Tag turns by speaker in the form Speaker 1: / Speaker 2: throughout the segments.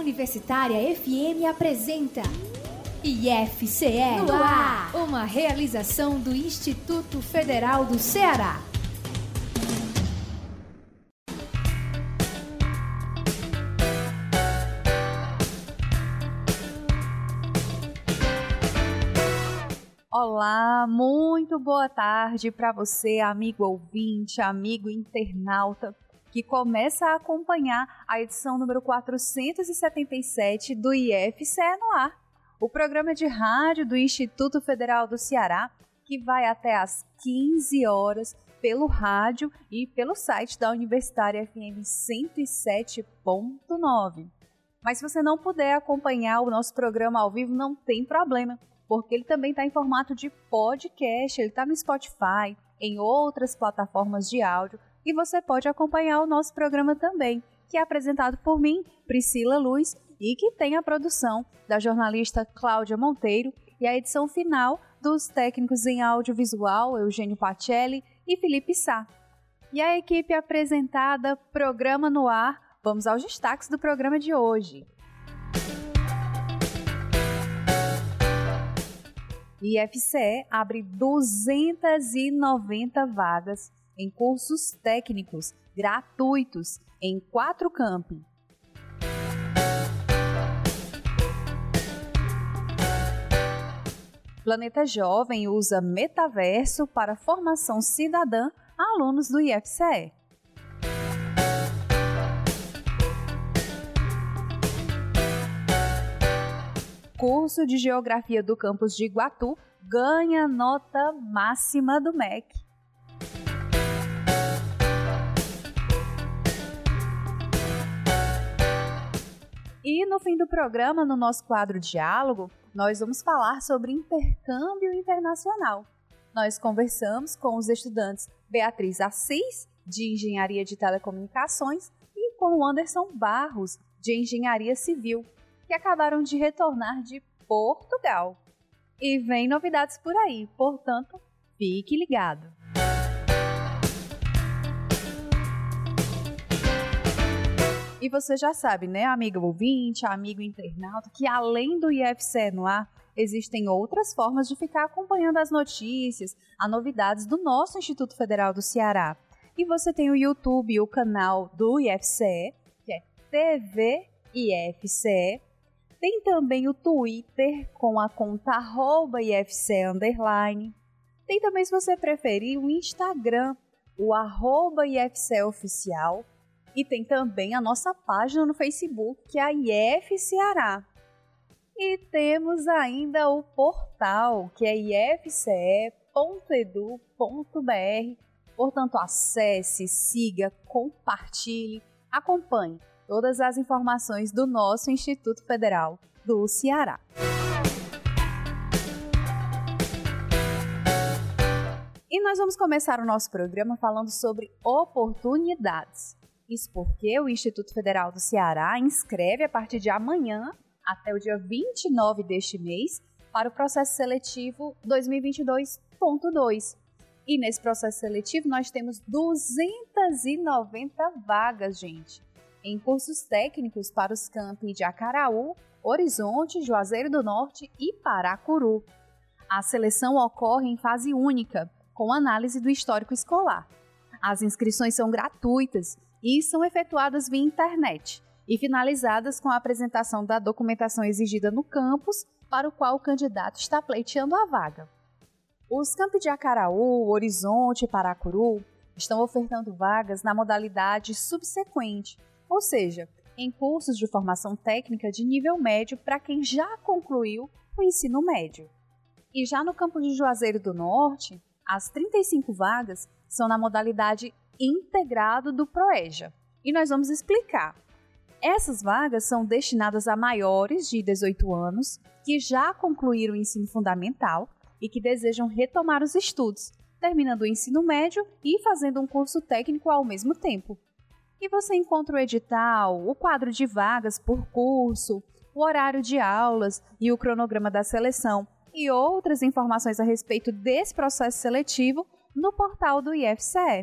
Speaker 1: Universitária FM apresenta IFCE no ar, uma realização do Instituto Federal do Ceará.
Speaker 2: Olá, muito boa tarde para você, amigo ouvinte, amigo internauta, que começa a acompanhar a edição número 477 do IFCE no ar, o programa de rádio do Instituto Federal do Ceará, que vai até às 15 horas pelo rádio e pelo site da Universitária FM 107.9. Mas se você não puder acompanhar o nosso programa ao vivo, não tem problema, porque ele também está em formato de podcast, ele está no Spotify, em outras plataformas de áudio, e você pode acompanhar o nosso programa também, que é apresentado por mim, Priscila Luz, e que tem a produção da jornalista Cláudia Monteiro e a edição final dos técnicos em audiovisual, Eugênio Pacelli e Felipe Sá. E a equipe apresentada, programa no ar. Vamos aos destaques do programa de hoje. IFCE abre 290 vagas em cursos técnicos gratuitos em 4 campi. Planeta Jovem usa metaverso para formação cidadã a alunos do IFCE. Curso de Geografia do campus de Iguatu ganha nota máxima do MEC. E no fim do programa, no nosso quadro Diálogo, nós vamos falar sobre intercâmbio internacional. Nós conversamos com os estudantes Beatriz Assis, de Engenharia de Telecomunicações, e com o Anderson Barros, de Engenharia Civil, que acabaram de retornar de Portugal. E vem novidades por aí, portanto, fique ligado. E você já sabe, né, amigo ouvinte, amigo internauta, que além do IFCE no ar, existem outras formas de ficar acompanhando as notícias, as novidades do nosso Instituto Federal do Ceará. E você tem o YouTube, o canal do IFCE, que é TV IFCE. Tem também o Twitter com a conta @IFCE_. Tem também, se você preferir, o Instagram, o @IFCEOficial. E tem também a nossa página no Facebook, que é a IF Ceará. E temos ainda o portal, que é ifce.edu.br. Portanto, acesse, siga, compartilhe, acompanhe todas as informações do nosso Instituto Federal do Ceará. E nós vamos começar o nosso programa falando sobre oportunidades. Isso porque o Instituto Federal do Ceará inscreve a partir de amanhã, até o dia 29 deste mês, para o processo seletivo 2022.2. E nesse processo seletivo nós temos 290 vagas, gente, em cursos técnicos para os campi de Acaraú, Horizonte, Juazeiro do Norte e Paracuru. A seleção ocorre em fase única, com análise do histórico escolar. As inscrições são gratuitas e são efetuadas via internet e finalizadas com a apresentação da documentação exigida no campus para o qual o candidato está pleiteando a vaga. Os campi de Acaraú, Horizonte e Paracuru estão ofertando vagas na modalidade subsequente, ou seja, em cursos de formação técnica de nível médio para quem já concluiu o ensino médio. E já no campo de Juazeiro do Norte, as 35 vagas são na modalidade integrado do PROEJA. E nós vamos explicar. Essas vagas são destinadas a maiores de 18 anos que já concluíram o ensino fundamental e que desejam retomar os estudos, terminando o ensino médio e fazendo um curso técnico ao mesmo tempo. E você encontra o edital, o quadro de vagas por curso, o horário de aulas e o cronograma da seleção e outras informações a respeito desse processo seletivo no portal do IFCE.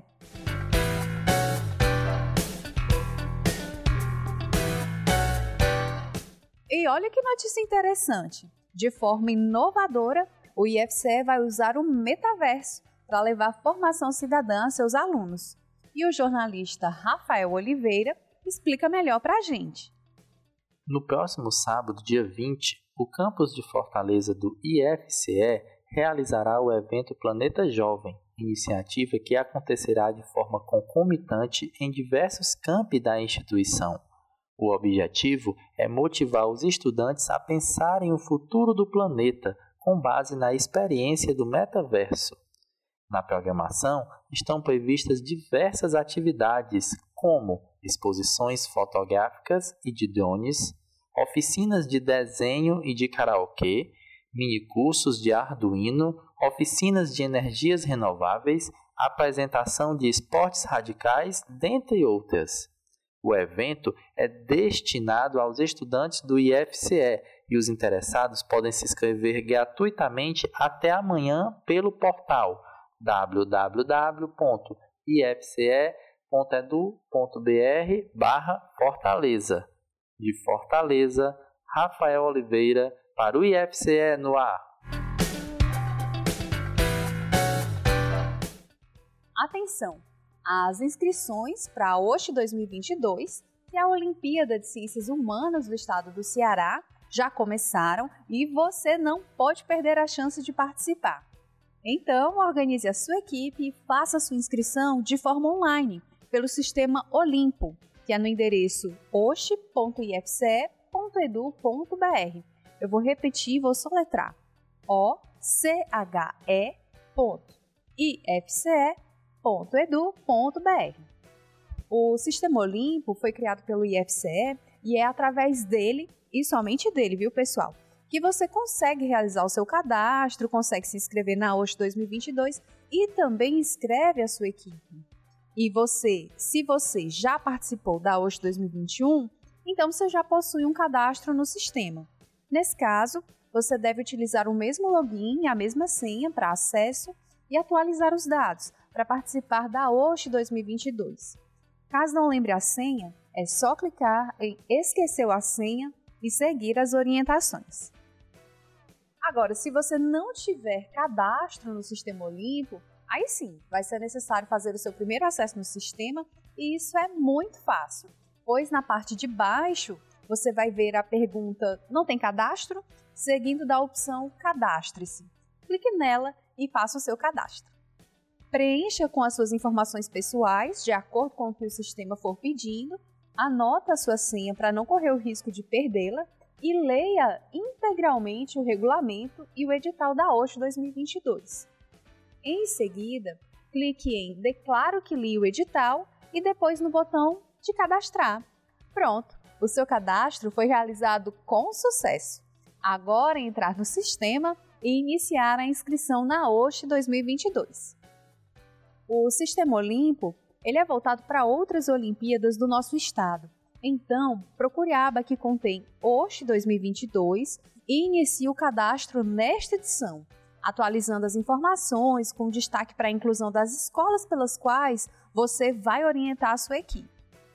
Speaker 2: E olha que notícia interessante. De forma inovadora, o IFCE vai usar o metaverso para levar formação cidadã a seus alunos. E o jornalista Rafael Oliveira explica melhor para a gente.
Speaker 3: No próximo sábado, dia 20, o campus de Fortaleza do IFCE realizará o evento Planeta Jovem, iniciativa que acontecerá de forma concomitante em diversos campi da instituição. O objetivo é motivar os estudantes a pensarem o futuro do planeta com base na experiência do metaverso. Na programação estão previstas diversas atividades, como exposições fotográficas e de drones, oficinas de desenho e de karaokê, minicursos de Arduino, oficinas de energias renováveis, apresentação de esportes radicais, dentre outras. O evento é destinado aos estudantes do IFCE e os interessados podem se inscrever gratuitamente até amanhã pelo portal www.ifce.edu.br/Fortaleza. De Fortaleza, Rafael Oliveira para o IFCE no ar.
Speaker 2: Atenção! As inscrições para a OSH 2022, que é a Olimpíada de Ciências Humanas do Estado do Ceará, já começaram e você não pode perder a chance de participar. Então, organize a sua equipe e faça sua inscrição de forma online, pelo sistema Olimpo, que é no endereço osh.ifce.edu.br. Eu vou repetir e vou soletrar. oche.ifce.edu.br. O Sistema Olimpo foi criado pelo IFCE e é através dele, e somente dele, viu, pessoal, que você consegue realizar o seu cadastro, consegue se inscrever na OSH 2022 e também inscreve a sua equipe. E você, se você já participou da OSH 2021, então você já possui um cadastro no sistema. Nesse caso, você deve utilizar o mesmo login e a mesma senha para acesso e atualizar os dados para participar da OSH 2022. Caso não lembre a senha, é só clicar em Esqueceu a senha e seguir as orientações. Agora, se você não tiver cadastro no Sistema Olimpo, aí sim, vai ser necessário fazer o seu primeiro acesso no sistema e isso é muito fácil, pois na parte de baixo você vai ver a pergunta Não tem cadastro? Seguindo da opção Cadastre-se. Clique nela e faça o seu cadastro. Preencha com as suas informações pessoais, de acordo com o que o sistema for pedindo, anota a sua senha para não correr o risco de perdê-la e leia integralmente o regulamento e o edital da OSH 2022. Em seguida, clique em Declaro que li o edital e depois no botão de cadastrar. Pronto, o seu cadastro foi realizado com sucesso. Agora é entrar no sistema e iniciar a inscrição na OSH 2022. O Sistema Olimpo ele é voltado para outras Olimpíadas do nosso estado. Então, procure a aba que contém OSH 2022 e inicie o cadastro nesta edição, atualizando as informações com destaque para a inclusão das escolas pelas quais você vai orientar a sua equipe.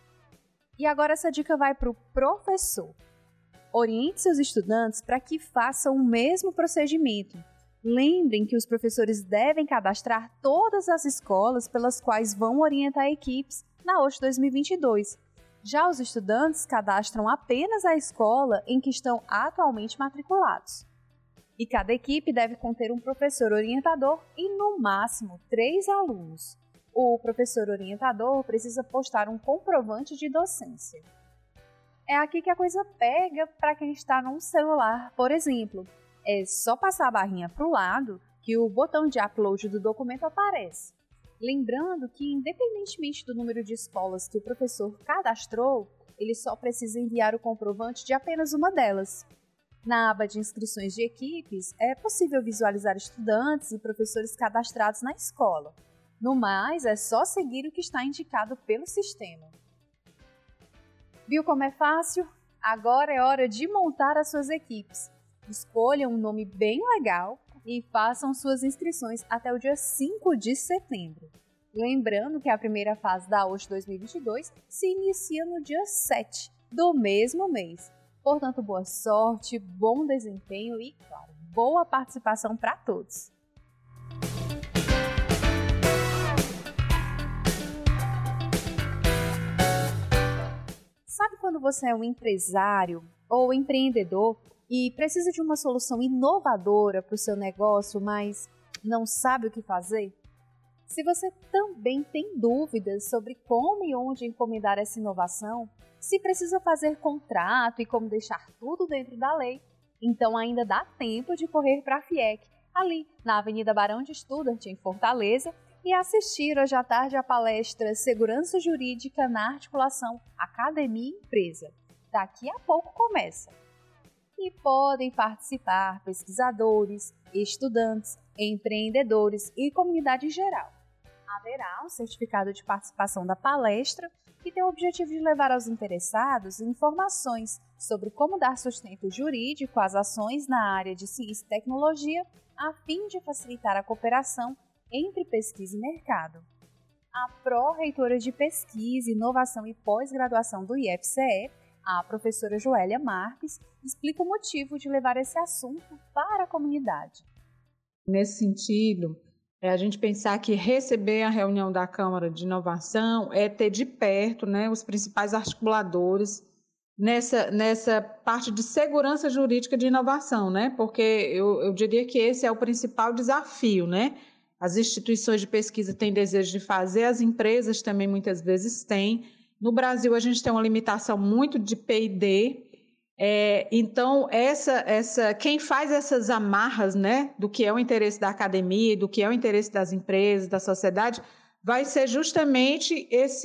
Speaker 2: E agora essa dica vai para o professor. Oriente seus estudantes para que façam o mesmo procedimento. Lembrem que os professores devem cadastrar todas as escolas pelas quais vão orientar equipes na OSH 2022. Já os estudantes cadastram apenas a escola em que estão atualmente matriculados. E cada equipe deve conter um professor orientador e, no máximo, 3 alunos. O professor orientador precisa postar um comprovante de docência. É aqui que a coisa pega para quem está num celular, por exemplo. É só passar a barrinha para o lado que o botão de upload do documento aparece. Lembrando que, independentemente do número de escolas que o professor cadastrou, ele só precisa enviar o comprovante de apenas uma delas. Na aba de inscrições de equipes, é possível visualizar estudantes e professores cadastrados na escola. No mais, é só seguir o que está indicado pelo sistema. Viu como é fácil? Agora é hora de montar as suas equipes. Escolham um nome bem legal e façam suas inscrições até o dia 5 de setembro. Lembrando que a primeira fase da OSH 2022 se inicia no dia 7 do mesmo mês. Portanto, boa sorte, bom desempenho e, claro, boa participação para todos. Sabe quando você é um empresário ou empreendedor e precisa de uma solução inovadora para o seu negócio, mas não sabe o que fazer? Se você também tem dúvidas sobre como e onde encomendar essa inovação, se precisa fazer contrato e como deixar tudo dentro da lei, então ainda dá tempo de correr para a FIEC, ali na Avenida Barão de Studart, em Fortaleza, e assistir hoje à tarde à palestra Segurança Jurídica na Articulação Academia e Empresa. Daqui a pouco começa. E podem participar pesquisadores, estudantes, empreendedores e comunidade em geral. Haverá um certificado de participação da palestra que tem o objetivo de levar aos interessados informações sobre como dar sustento jurídico às ações na área de ciência e tecnologia, a fim de facilitar a cooperação entre pesquisa e mercado. A pró-reitora de Pesquisa, Inovação e Pós-Graduação do IFCE, a professora Joélia Marques, explica o motivo de levar esse assunto para a comunidade.
Speaker 4: Nesse sentido, a gente pensar que receber a reunião da Câmara de Inovação é ter de perto, né, os principais articuladores nessa parte de segurança jurídica de inovação, né? Porque eu diria que esse é o principal desafio, né? As instituições de pesquisa têm desejo de fazer, as empresas também muitas vezes têm. No Brasil, a gente tem uma limitação muito de P&D, então quem faz essas amarras, né, do que é o interesse da academia, do que é o interesse das empresas, da sociedade, vai ser justamente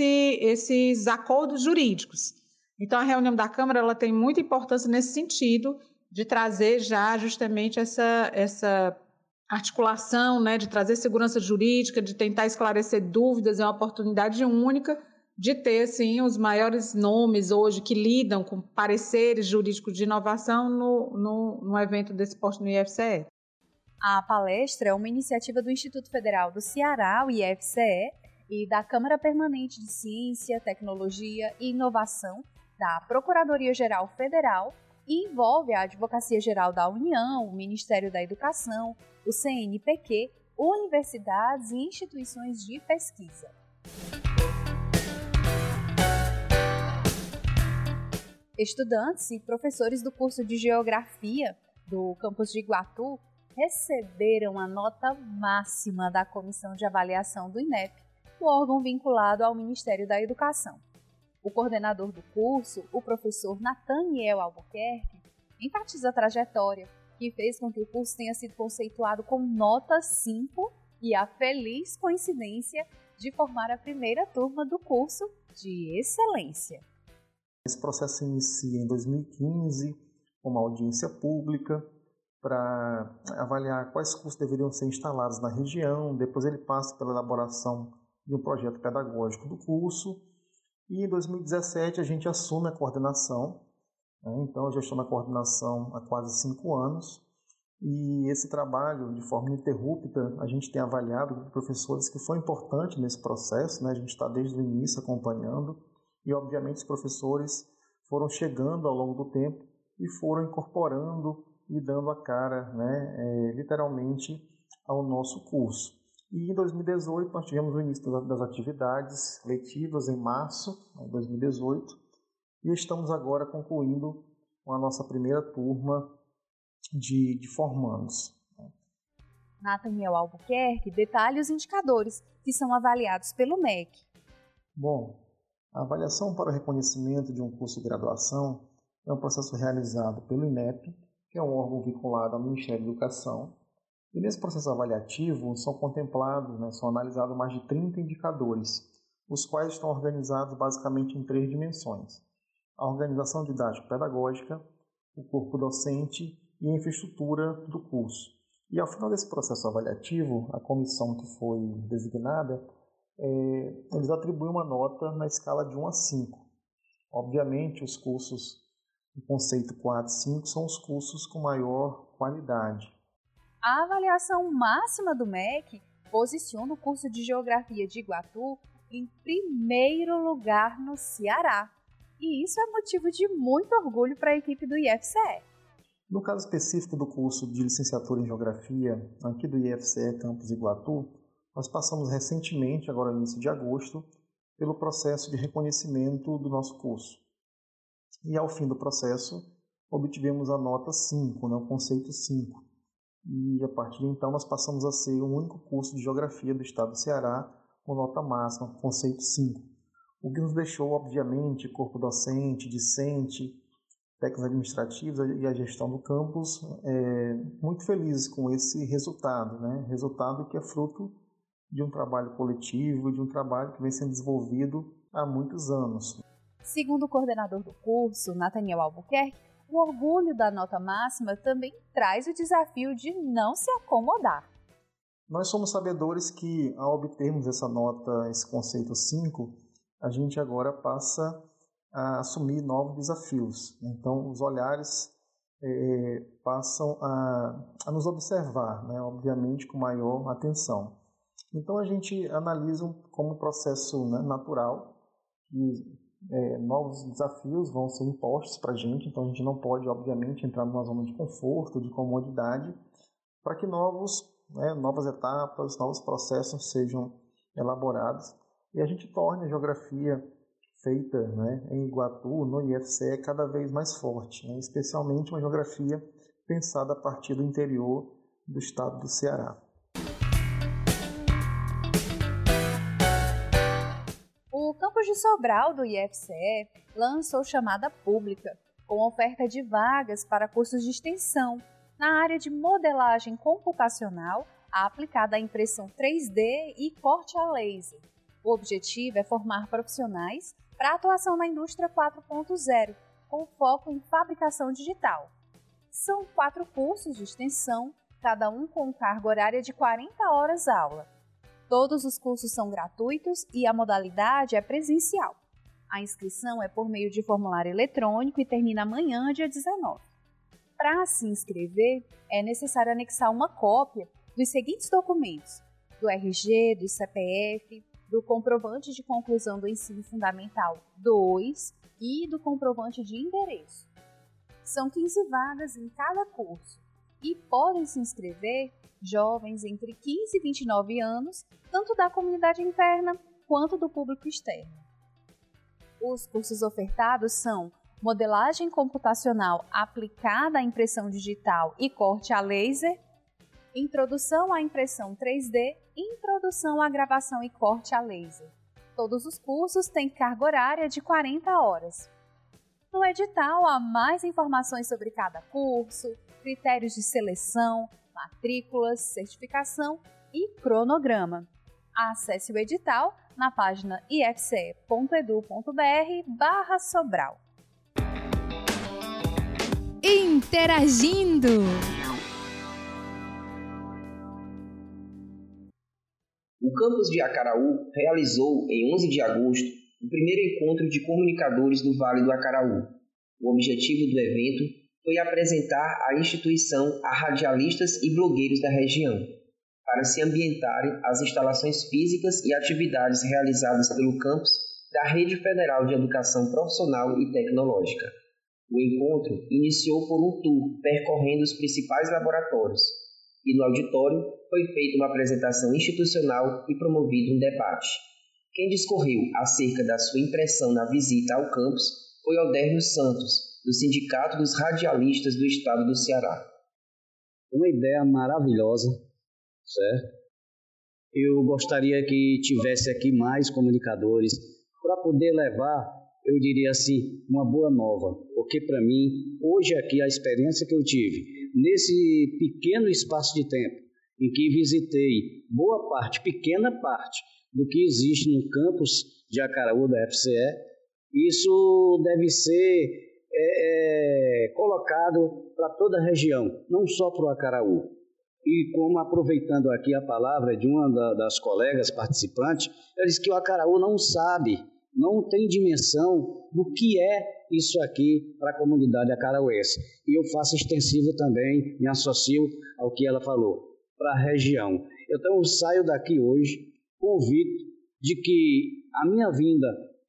Speaker 4: esses acordos jurídicos. Então, a reunião da Câmara ela tem muita importância nesse sentido, de trazer já justamente essa articulação, né, de trazer segurança jurídica, de tentar esclarecer dúvidas, é uma oportunidade única de ter assim, os maiores nomes hoje que lidam com pareceres jurídicos de inovação no evento desse porte no IFCE.
Speaker 2: A palestra é uma iniciativa do Instituto Federal do Ceará, o IFCE, e da Câmara Permanente de Ciência, Tecnologia e Inovação da Procuradoria-Geral Federal e envolve a Advocacia Geral da União, o Ministério da Educação, o CNPq, universidades e instituições de pesquisa. Estudantes e professores do curso de Geografia do campus de Iguatu receberam a nota máxima da Comissão de Avaliação do INEP, o órgão vinculado ao Ministério da Educação. O coordenador do curso, o professor Nathaniel Albuquerque, enfatiza a trajetória que fez com que o curso tenha sido conceituado com nota 5 e a feliz coincidência de formar a primeira turma do curso de excelência.
Speaker 5: Esse processo se inicia em 2015, com uma audiência pública para avaliar quais cursos deveriam ser instalados na região. Depois ele passa pela elaboração de um projeto pedagógico do curso. E em 2017 a gente assume a coordenação. Então eu já estou na coordenação há quase 5 anos. E esse trabalho, de forma ininterrupta, a gente tem avaliado com professores que foi importante nesse processo, né? A gente está desde o início acompanhando. E, obviamente, os professores foram chegando ao longo do tempo e foram incorporando e dando a cara, né, literalmente, ao nosso curso. E em 2018 nós tivemos o início das atividades letivas em março de 2018 e estamos agora concluindo com a nossa primeira turma de formandos.
Speaker 2: Nathaniel Albuquerque detalha os indicadores que são avaliados pelo MEC.
Speaker 5: Bom, a avaliação para o reconhecimento de um curso de graduação é um processo realizado pelo INEP, que é um órgão vinculado ao Ministério da Educação. E nesse processo avaliativo são contemplados, são analisados mais de 30 indicadores, os quais estão organizados basicamente em 3 dimensões: a organização didático-pedagógica, o corpo docente e a infraestrutura do curso. E ao final desse processo avaliativo, a comissão que foi designada eles atribuem uma nota na escala de 1 a 5. Obviamente, os cursos do conceito 4 e 5 são os cursos com maior qualidade.
Speaker 2: A avaliação máxima do MEC posiciona o curso de Geografia de Iguatu em primeiro lugar no Ceará E isso é motivo de muito orgulho para a equipe do IFCE.
Speaker 5: No caso específico do curso de licenciatura em Geografia, aqui do IFCE Campus Iguatu, nós passamos recentemente, agora no início de agosto, pelo processo de reconhecimento do nosso curso. E ao fim do processo, obtivemos a nota 5, o conceito 5. E a partir de então nós passamos a ser o único curso de Geografia do estado do Ceará com nota máxima, conceito 5. O que nos deixou, obviamente, corpo docente, discente, técnicos administrativos e a gestão do campus muito felizes com esse resultado, resultado que é fruto de um trabalho coletivo, de um trabalho que vem sendo desenvolvido há muitos anos.
Speaker 2: Segundo o coordenador do curso, Nathaniel Albuquerque, o orgulho da nota máxima também traz o desafio de não se acomodar.
Speaker 5: Nós somos sabedores que, ao obtermos essa nota, esse conceito 5, a gente agora passa a assumir novos desafios. Então, os olhares passam a nos observar, obviamente com maior atenção. Então, a gente analisa como processo natural e novos desafios vão ser impostos para a gente. Então, a gente não pode, obviamente, entrar numa zona de conforto, de comodidade, para que novas etapas, novos processos sejam elaborados e a gente torne a geografia feita em Iguatu, no IFCE, cada vez mais forte, especialmente uma geografia pensada a partir do interior do estado do Ceará.
Speaker 2: O campus de Sobral do IFCE lançou chamada pública, com oferta de vagas para cursos de extensão na área de modelagem computacional aplicada à impressão 3D e corte a laser. O objetivo é formar profissionais para atuação na indústria 4.0, com foco em fabricação digital. São 4 cursos de extensão, cada um com carga horária de 40 horas aula. Todos os cursos são gratuitos e a modalidade é presencial. A inscrição é por meio de formulário eletrônico e termina amanhã, dia 19. Para se inscrever, é necessário anexar uma cópia dos seguintes documentos: do RG, do CPF, do comprovante de conclusão do ensino fundamental 2 e do comprovante de endereço. São 15 vagas em cada curso e podem se inscrever jovens entre 15 e 29 anos, tanto da comunidade interna quanto do público externo. Os cursos ofertados são modelagem computacional aplicada à impressão digital e corte a laser, introdução à impressão 3D e introdução à gravação e corte a laser. Todos os cursos têm carga horária de 40 horas. No edital há mais informações sobre cada curso, critérios de seleção, matrículas, certificação e cronograma. Acesse o edital na página ifce.edu.br/Sobral.
Speaker 1: Interagindo!
Speaker 6: O campus de Acaraú realizou, em 11 de agosto, o primeiro encontro de comunicadores do Vale do Acaraú. O objetivo do evento foi apresentar a instituição a radialistas e blogueiros da região, para se ambientarem às instalações físicas e atividades realizadas pelo campus da Rede Federal de Educação Profissional e Tecnológica. O encontro iniciou por um tour percorrendo os principais laboratórios, e no auditório foi feita uma apresentação institucional e promovido um debate. Quem discorreu acerca da sua impressão na visita ao campus foi Aldernio Santos, do Sindicato dos Radialistas do Estado do Ceará.
Speaker 7: Uma ideia maravilhosa, certo? Eu gostaria que tivesse aqui mais comunicadores para poder levar, eu diria assim, uma boa nova, porque para mim, hoje aqui a experiência que eu tive, nesse pequeno espaço de tempo, em que visitei boa parte, pequena parte, do que existe no campus de Acaraú da FCE, isso deve ser colocado para toda a região, não só para o Acaraú. E como aproveitando aqui a palavra de uma das colegas participantes, ela disse que o Acaraú não sabe, não tem dimensão do que é isso aqui para a comunidade acarauense. E eu faço extensivo também, me associo ao que ela falou, para a região. Então eu saio daqui hoje convicto de que a minha vinda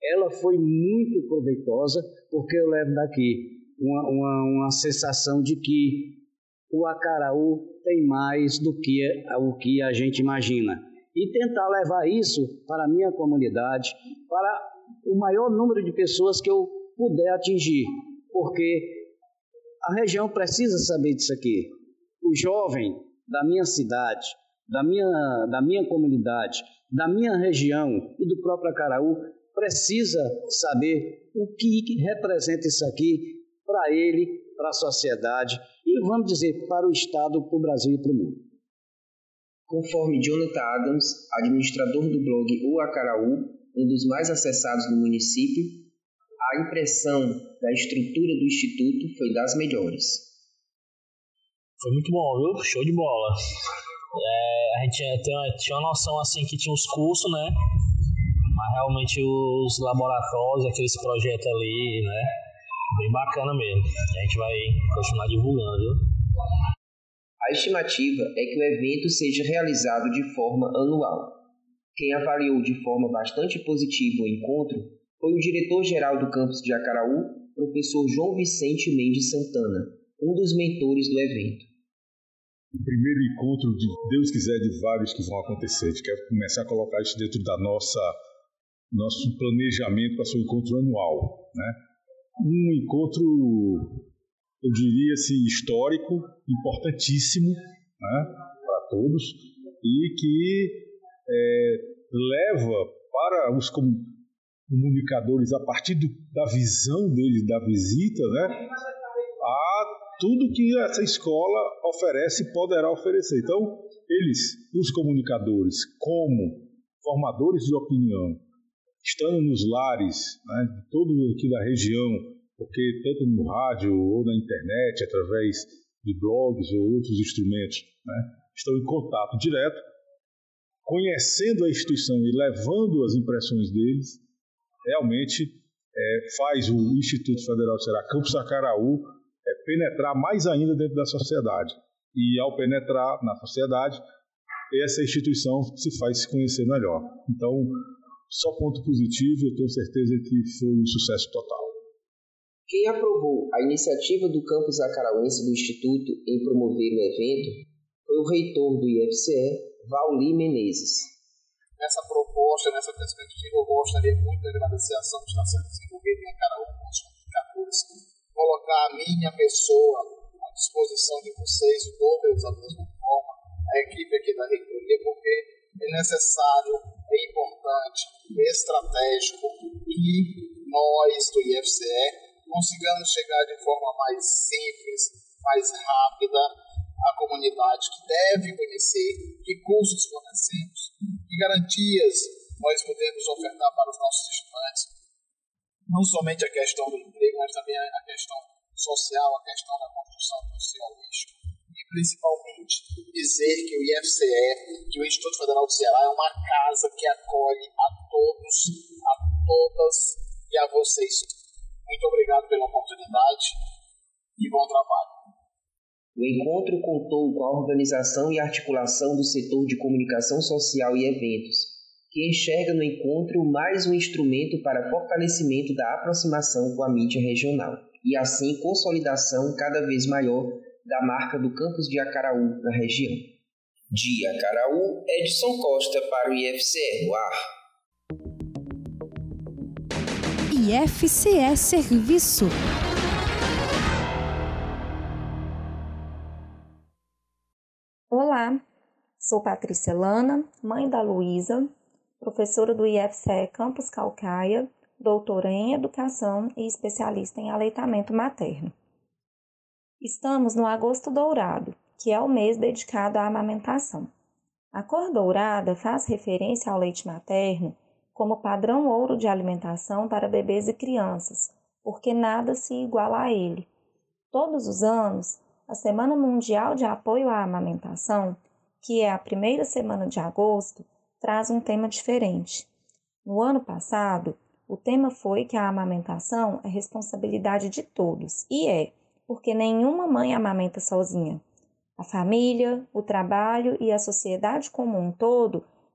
Speaker 7: ela foi muito proveitosa, porque eu levo daqui uma sensação de que o acaraú tem mais do que o que a gente imagina. E tentar levar isso para a minha comunidade, para o maior número de pessoas que eu puder atingir, porque a região precisa saber disso aqui. O jovem da minha cidade, da minha comunidade, da minha região e do próprio Acaraú precisa saber o que representa isso aqui para ele, para a sociedade e, vamos dizer, para o Estado, para o Brasil e para o mundo.
Speaker 6: Conforme Jonathan Adams, administrador do blog O Acaraú, um dos mais acessados no município, a impressão da estrutura do Instituto foi das melhores.
Speaker 8: Foi muito bom, viu? Show de bola. A gente tinha uma noção assim que tinha os cursos, né? Mas realmente os laboratórios, aqueles projetos ali, né? Bem bacana mesmo. A gente vai continuar divulgando, viu?
Speaker 6: A estimativa é que o evento seja realizado de forma anual. Quem avaliou de forma bastante positiva o encontro foi o diretor-geral do campus de Acaraú, professor João Vicente Mendes Santana, um dos mentores do evento.
Speaker 9: O primeiro encontro, de Deus quiser, de vários que vão acontecer. A gente quer começar a colocar isso dentro da nosso planejamento para seu encontro anual, né? Um encontro, eu diria assim, histórico, importantíssimo, né, para todos, e que leva para os comunicadores, a partir da visão deles, da visita, né, a tudo que essa escola oferece e poderá oferecer. Então, eles, os comunicadores, como formadores de opinião, estando nos lares, né, de todo aqui da região, porque tanto no rádio ou na internet, através de blogs ou outros instrumentos, né, estão em contato direto, conhecendo a instituição e levando as impressões deles, realmente faz o Instituto Federal do Ceará, Campus Acaraú, penetrar mais ainda dentro da sociedade. E ao penetrar na sociedade, essa instituição se faz se conhecer melhor. Então, só ponto positivo, eu tenho certeza que foi um sucesso total.
Speaker 6: Quem aprovou a iniciativa do campus acarauense do Instituto em promover o evento foi o reitor do IFCE, Vauli Menezes.
Speaker 10: Nessa proposta, nessa perspectiva, eu gostaria muito de agradecer a ação que está sendo desenvolvida em Acaraú com os comunicadores, colocar a minha pessoa à disposição de vocês, todos da mesma forma, a equipe aqui da reitoria, porque é necessário, é importante, é estratégico que nós do IFCE consigamos chegar de forma mais simples, mais rápida à comunidade que deve conhecer que cursos fornecemos, que garantias nós podemos ofertar para os nossos estudantes, não somente a questão do emprego, mas também a questão social, a questão da construção social e principalmente dizer que o IFCE, que o Instituto Federal do Ceará é uma casa que acolhe a todos, a todas e a vocês. Muito obrigado pela oportunidade e bom trabalho.
Speaker 6: O encontro contou com a organização e articulação do setor de comunicação social e eventos, que enxerga no encontro mais um instrumento para fortalecimento da aproximação com a mídia regional e, assim, consolidação cada vez maior da marca do campus de Acaraú na região. De Acaraú, Edson Costa para o IFCE no ar.
Speaker 1: IFCE Serviço.
Speaker 11: Olá, sou Patrícia Lana, mãe da Luísa, professora do IFCE Campus Caucaia, doutora em Educação e especialista em aleitamento materno. Estamos no Agosto Dourado, que é o mês dedicado à amamentação. A cor dourada faz referência ao leite materno como padrão ouro de alimentação para bebês e crianças, porque nada se iguala a ele. Todos os anos, a Semana Mundial de Apoio à Amamentação, que é a primeira semana de agosto, traz um tema diferente. No ano passado, o tema foi que a amamentação é responsabilidade de todos, e porque nenhuma mãe amamenta sozinha. A família, o trabalho e a sociedade como um todo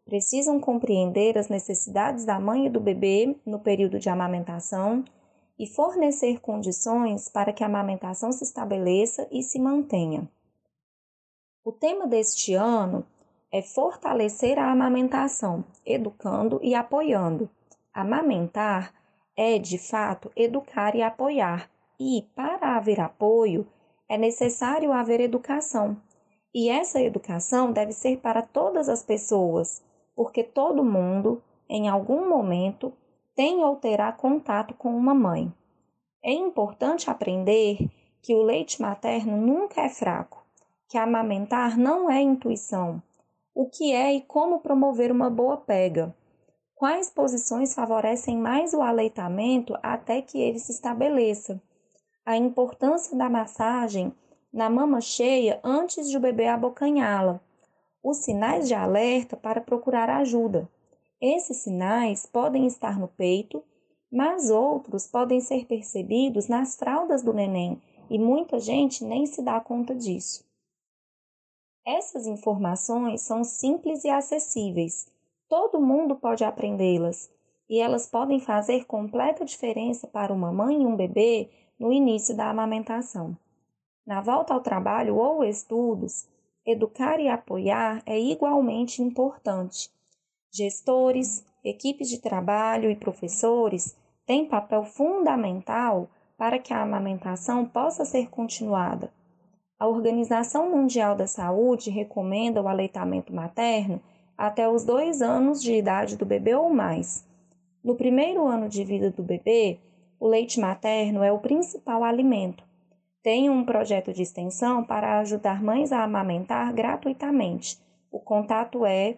Speaker 11: precisam compreender as necessidades da mãe e do bebê no período de amamentação e fornecer condições para que a amamentação se estabeleça e se mantenha. O tema deste ano é fortalecer a amamentação, educando e apoiando. Amamentar é, de fato, educar e apoiar, e, para haver apoio, é necessário haver educação. E essa educação deve ser para todas as pessoas, porque todo mundo, em algum momento, tem ou terá contato com uma mãe. É importante aprender que o leite materno nunca é fraco, que amamentar não é intuição, o que é e como promover uma boa pega, quais posições favorecem mais o aleitamento até que ele se estabeleça, a importância da massagem na mama cheia antes de o bebê abocanhá-la, os sinais de alerta para procurar ajuda. Esses sinais podem estar no peito, mas outros podem ser percebidos nas fraldas do neném e muita gente nem se dá conta disso. Essas informações são simples e acessíveis. Todo mundo pode aprendê-las e elas podem fazer completa diferença para uma mãe e um bebê no início da amamentação. Na volta ao trabalho ou estudos, educar e apoiar é igualmente importante. Gestores, equipes de trabalho e professores têm papel fundamental para que a amamentação possa ser continuada. A Organização Mundial da Saúde recomenda o aleitamento materno até os 2 anos de idade do bebê ou mais. No primeiro ano de vida do bebê, o leite materno é o principal alimento. Tem um projeto de extensão para ajudar mães a amamentar gratuitamente. O contato é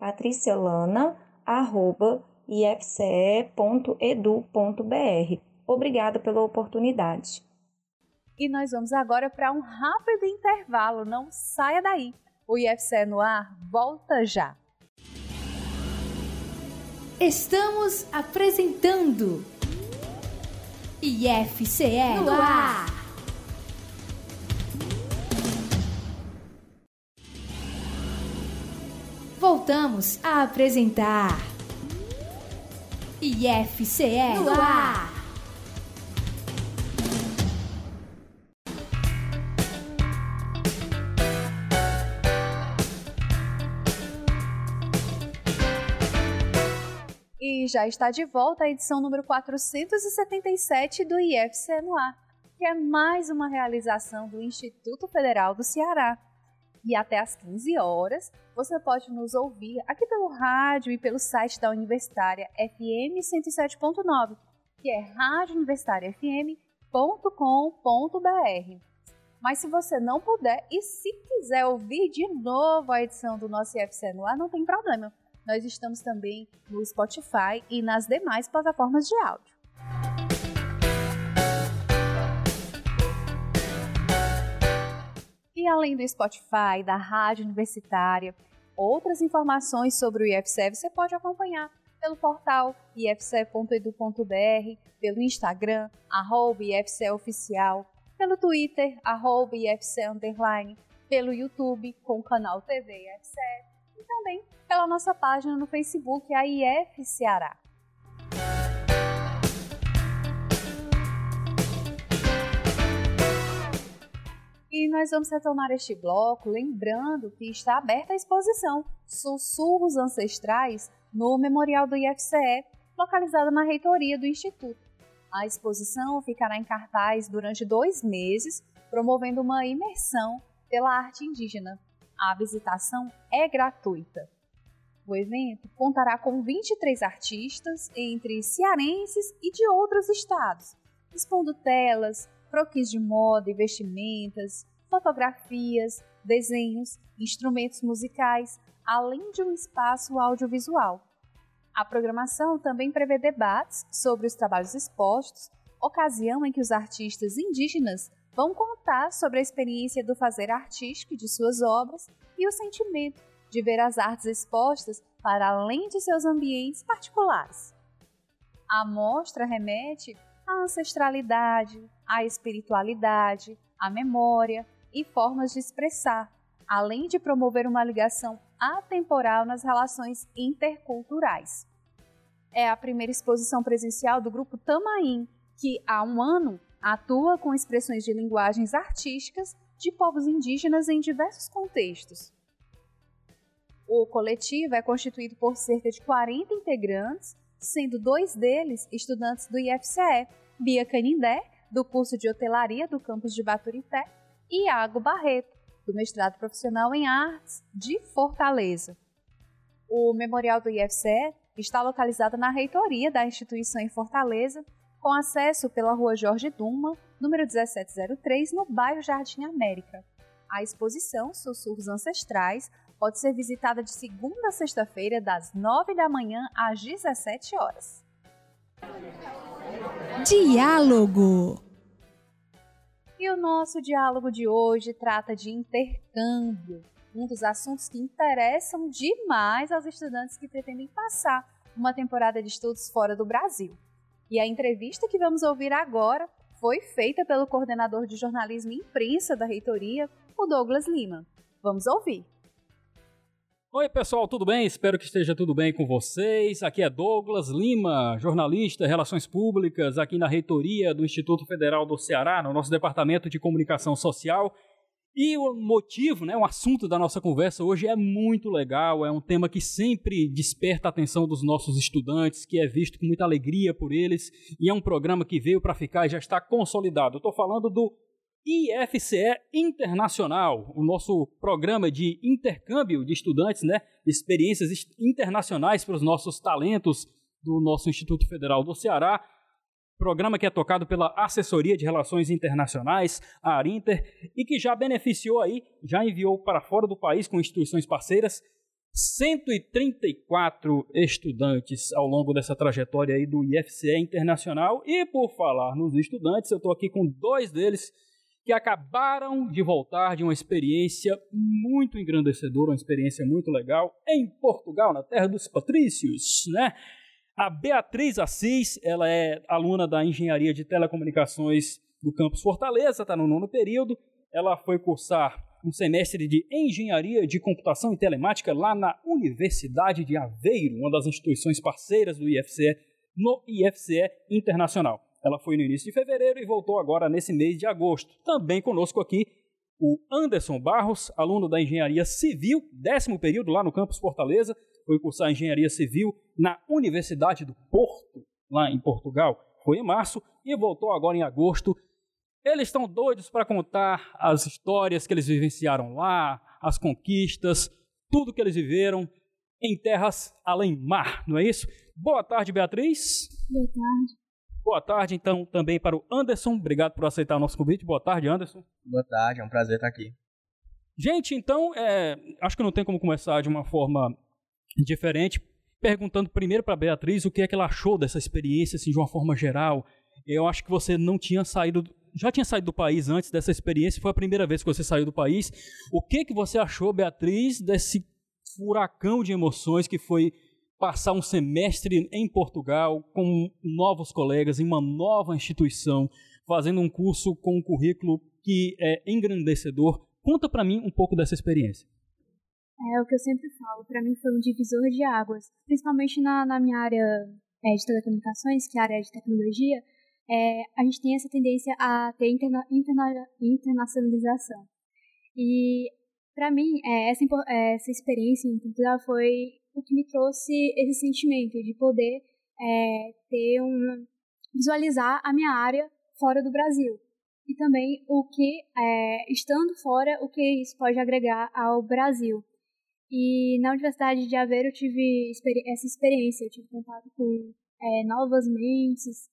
Speaker 11: patricialana@ifce.edu.br. Obrigada pela oportunidade.
Speaker 2: E nós vamos agora para um rápido intervalo. Não saia daí. O IFCE no ar volta já.
Speaker 1: Estamos apresentando IFCE no ar. Voltamos a apresentar IFCE no ar.
Speaker 2: E já está de volta a edição número 477 do IFCE no ar, que é mais uma realização do Instituto Federal do Ceará. E até às 15 horas, você pode nos ouvir aqui pelo rádio e pelo site da Universitária FM 107.9, que é radiouniversitariafm.com.br. Mas se você não puder e se quiser ouvir de novo a edição do nosso IFCE no ar, não tem problema. Nós estamos também no Spotify e nas demais plataformas de áudio. E além do Spotify, da Rádio Universitária, outras informações sobre o IFCE você pode acompanhar pelo portal ifce.edu.br, pelo Instagram, @IFCEoficial, pelo Twitter, @IFCE_, pelo YouTube com o canal TV IFCE e também pela nossa página no Facebook, a IF Ceará. E nós vamos retomar este bloco lembrando que está aberta a exposição Sussurros Ancestrais no Memorial do IFCE, localizada na reitoria do Instituto. A exposição ficará em cartaz durante 2 meses, promovendo uma imersão pela arte indígena. A visitação é gratuita. O evento contará com 23 artistas, entre cearenses e de outros estados, expondo telas, croquis de moda e vestimentas, fotografias, desenhos, instrumentos musicais, além de um espaço audiovisual. A programação também prevê debates sobre os trabalhos expostos, ocasião em que os artistas indígenas vão contar sobre a experiência do fazer artístico de suas obras e o sentimento de ver as artes expostas para além de seus ambientes particulares. A mostra remete à ancestralidade, à espiritualidade, à memória e formas de expressar, além de promover uma ligação atemporal nas relações interculturais. É a primeira exposição presencial do Grupo Tamaim, que há um ano atua com expressões de linguagens artísticas de povos indígenas em diversos contextos. O coletivo é constituído por cerca de 40 integrantes, sendo 2 deles estudantes do IFCE, Bia Canindé, do curso de hotelaria do campus de Baturité, e Iago Barreto, do mestrado profissional em artes de Fortaleza. O memorial do IFCE está localizado na reitoria da instituição em Fortaleza, com acesso pela rua Jorge Duma, número 1703, no bairro Jardim América. A exposição Sussurros Ancestrais pode ser visitada de segunda a sexta-feira, das 9 da manhã às 17 horas.
Speaker 1: Diálogo.
Speaker 2: E o nosso diálogo de hoje trata de intercâmbio, um dos assuntos que interessam demais aos estudantes que pretendem passar uma temporada de estudos fora do Brasil. E a entrevista que vamos ouvir agora foi feita pelo coordenador de jornalismo e imprensa da reitoria, o Douglas Lima. Vamos ouvir.
Speaker 12: Oi pessoal, tudo bem? Espero que esteja tudo bem com vocês. Aqui é Douglas Lima, jornalista, Relações Públicas, aqui na reitoria do Instituto Federal do Ceará, no nosso Departamento de Comunicação Social. E o motivo, o assunto da nossa conversa hoje é muito legal, é um tema que sempre desperta a atenção dos nossos estudantes, que é visto com muita alegria por eles, e é um programa que veio para ficar e já está consolidado. Eu estou falando do IFCE Internacional, o nosso programa de intercâmbio de estudantes, de experiências internacionais para os nossos talentos do nosso Instituto Federal do Ceará. Programa que é tocado pela Assessoria de Relações Internacionais, a Arinter, e que já beneficiou já enviou para fora do país com instituições parceiras 134 estudantes ao longo dessa trajetória do IFCE Internacional. E por falar nos estudantes, eu estou aqui com 2 deles que acabaram de voltar de uma experiência muito engrandecedora, uma experiência muito legal em Portugal, na terra dos patrícios, A Beatriz Assis, ela é aluna da Engenharia de Telecomunicações do campus Fortaleza, está no 9º período. Ela foi cursar um semestre de Engenharia de Computação e Telemática lá na Universidade de Aveiro, uma das instituições parceiras do IFCE, no IFCE Internacional. Ela foi no início de fevereiro e voltou agora nesse mês de agosto. Também conosco aqui o Anderson Barros, aluno da Engenharia Civil, 10º período lá no campus Fortaleza, foi cursar Engenharia Civil na Universidade do Porto, lá em Portugal. Foi em março e voltou agora em agosto. Eles estão doidos para contar as histórias que eles vivenciaram lá, as conquistas, tudo que eles viveram em terras além mar, não é isso? Boa tarde, Beatriz.
Speaker 13: Boa tarde.
Speaker 12: Boa tarde, então, também para o Anderson. Obrigado por aceitar o nosso convite. Boa tarde, Anderson.
Speaker 14: Boa tarde, é um prazer estar aqui.
Speaker 12: Gente, então, acho que não tem como começar de uma forma diferente, perguntando primeiro para a Beatriz o que é que ela achou dessa experiência, assim, de uma forma geral. Eu acho que você não tinha saído, já tinha saído do país antes dessa experiência, foi a primeira vez que você saiu do país. O que você achou, Beatriz, desse furacão de emoções que foi passar um semestre em Portugal com novos colegas, em uma nova instituição, fazendo um curso com um currículo que é engrandecedor? Conta para mim um pouco dessa experiência.
Speaker 13: É o que eu sempre falo, para mim foi um divisor de águas, principalmente na minha área de telecomunicações, que é a área de tecnologia. A gente tem essa tendência a ter internacionalização. E, para mim, essa experiência em Portugal foi o que me trouxe esse sentimento de poder visualizar a minha área fora do Brasil. E também estando fora, o que isso pode agregar ao Brasil. E na Universidade de Aveiro eu tive essa experiência, eu tive contato com novas mentes,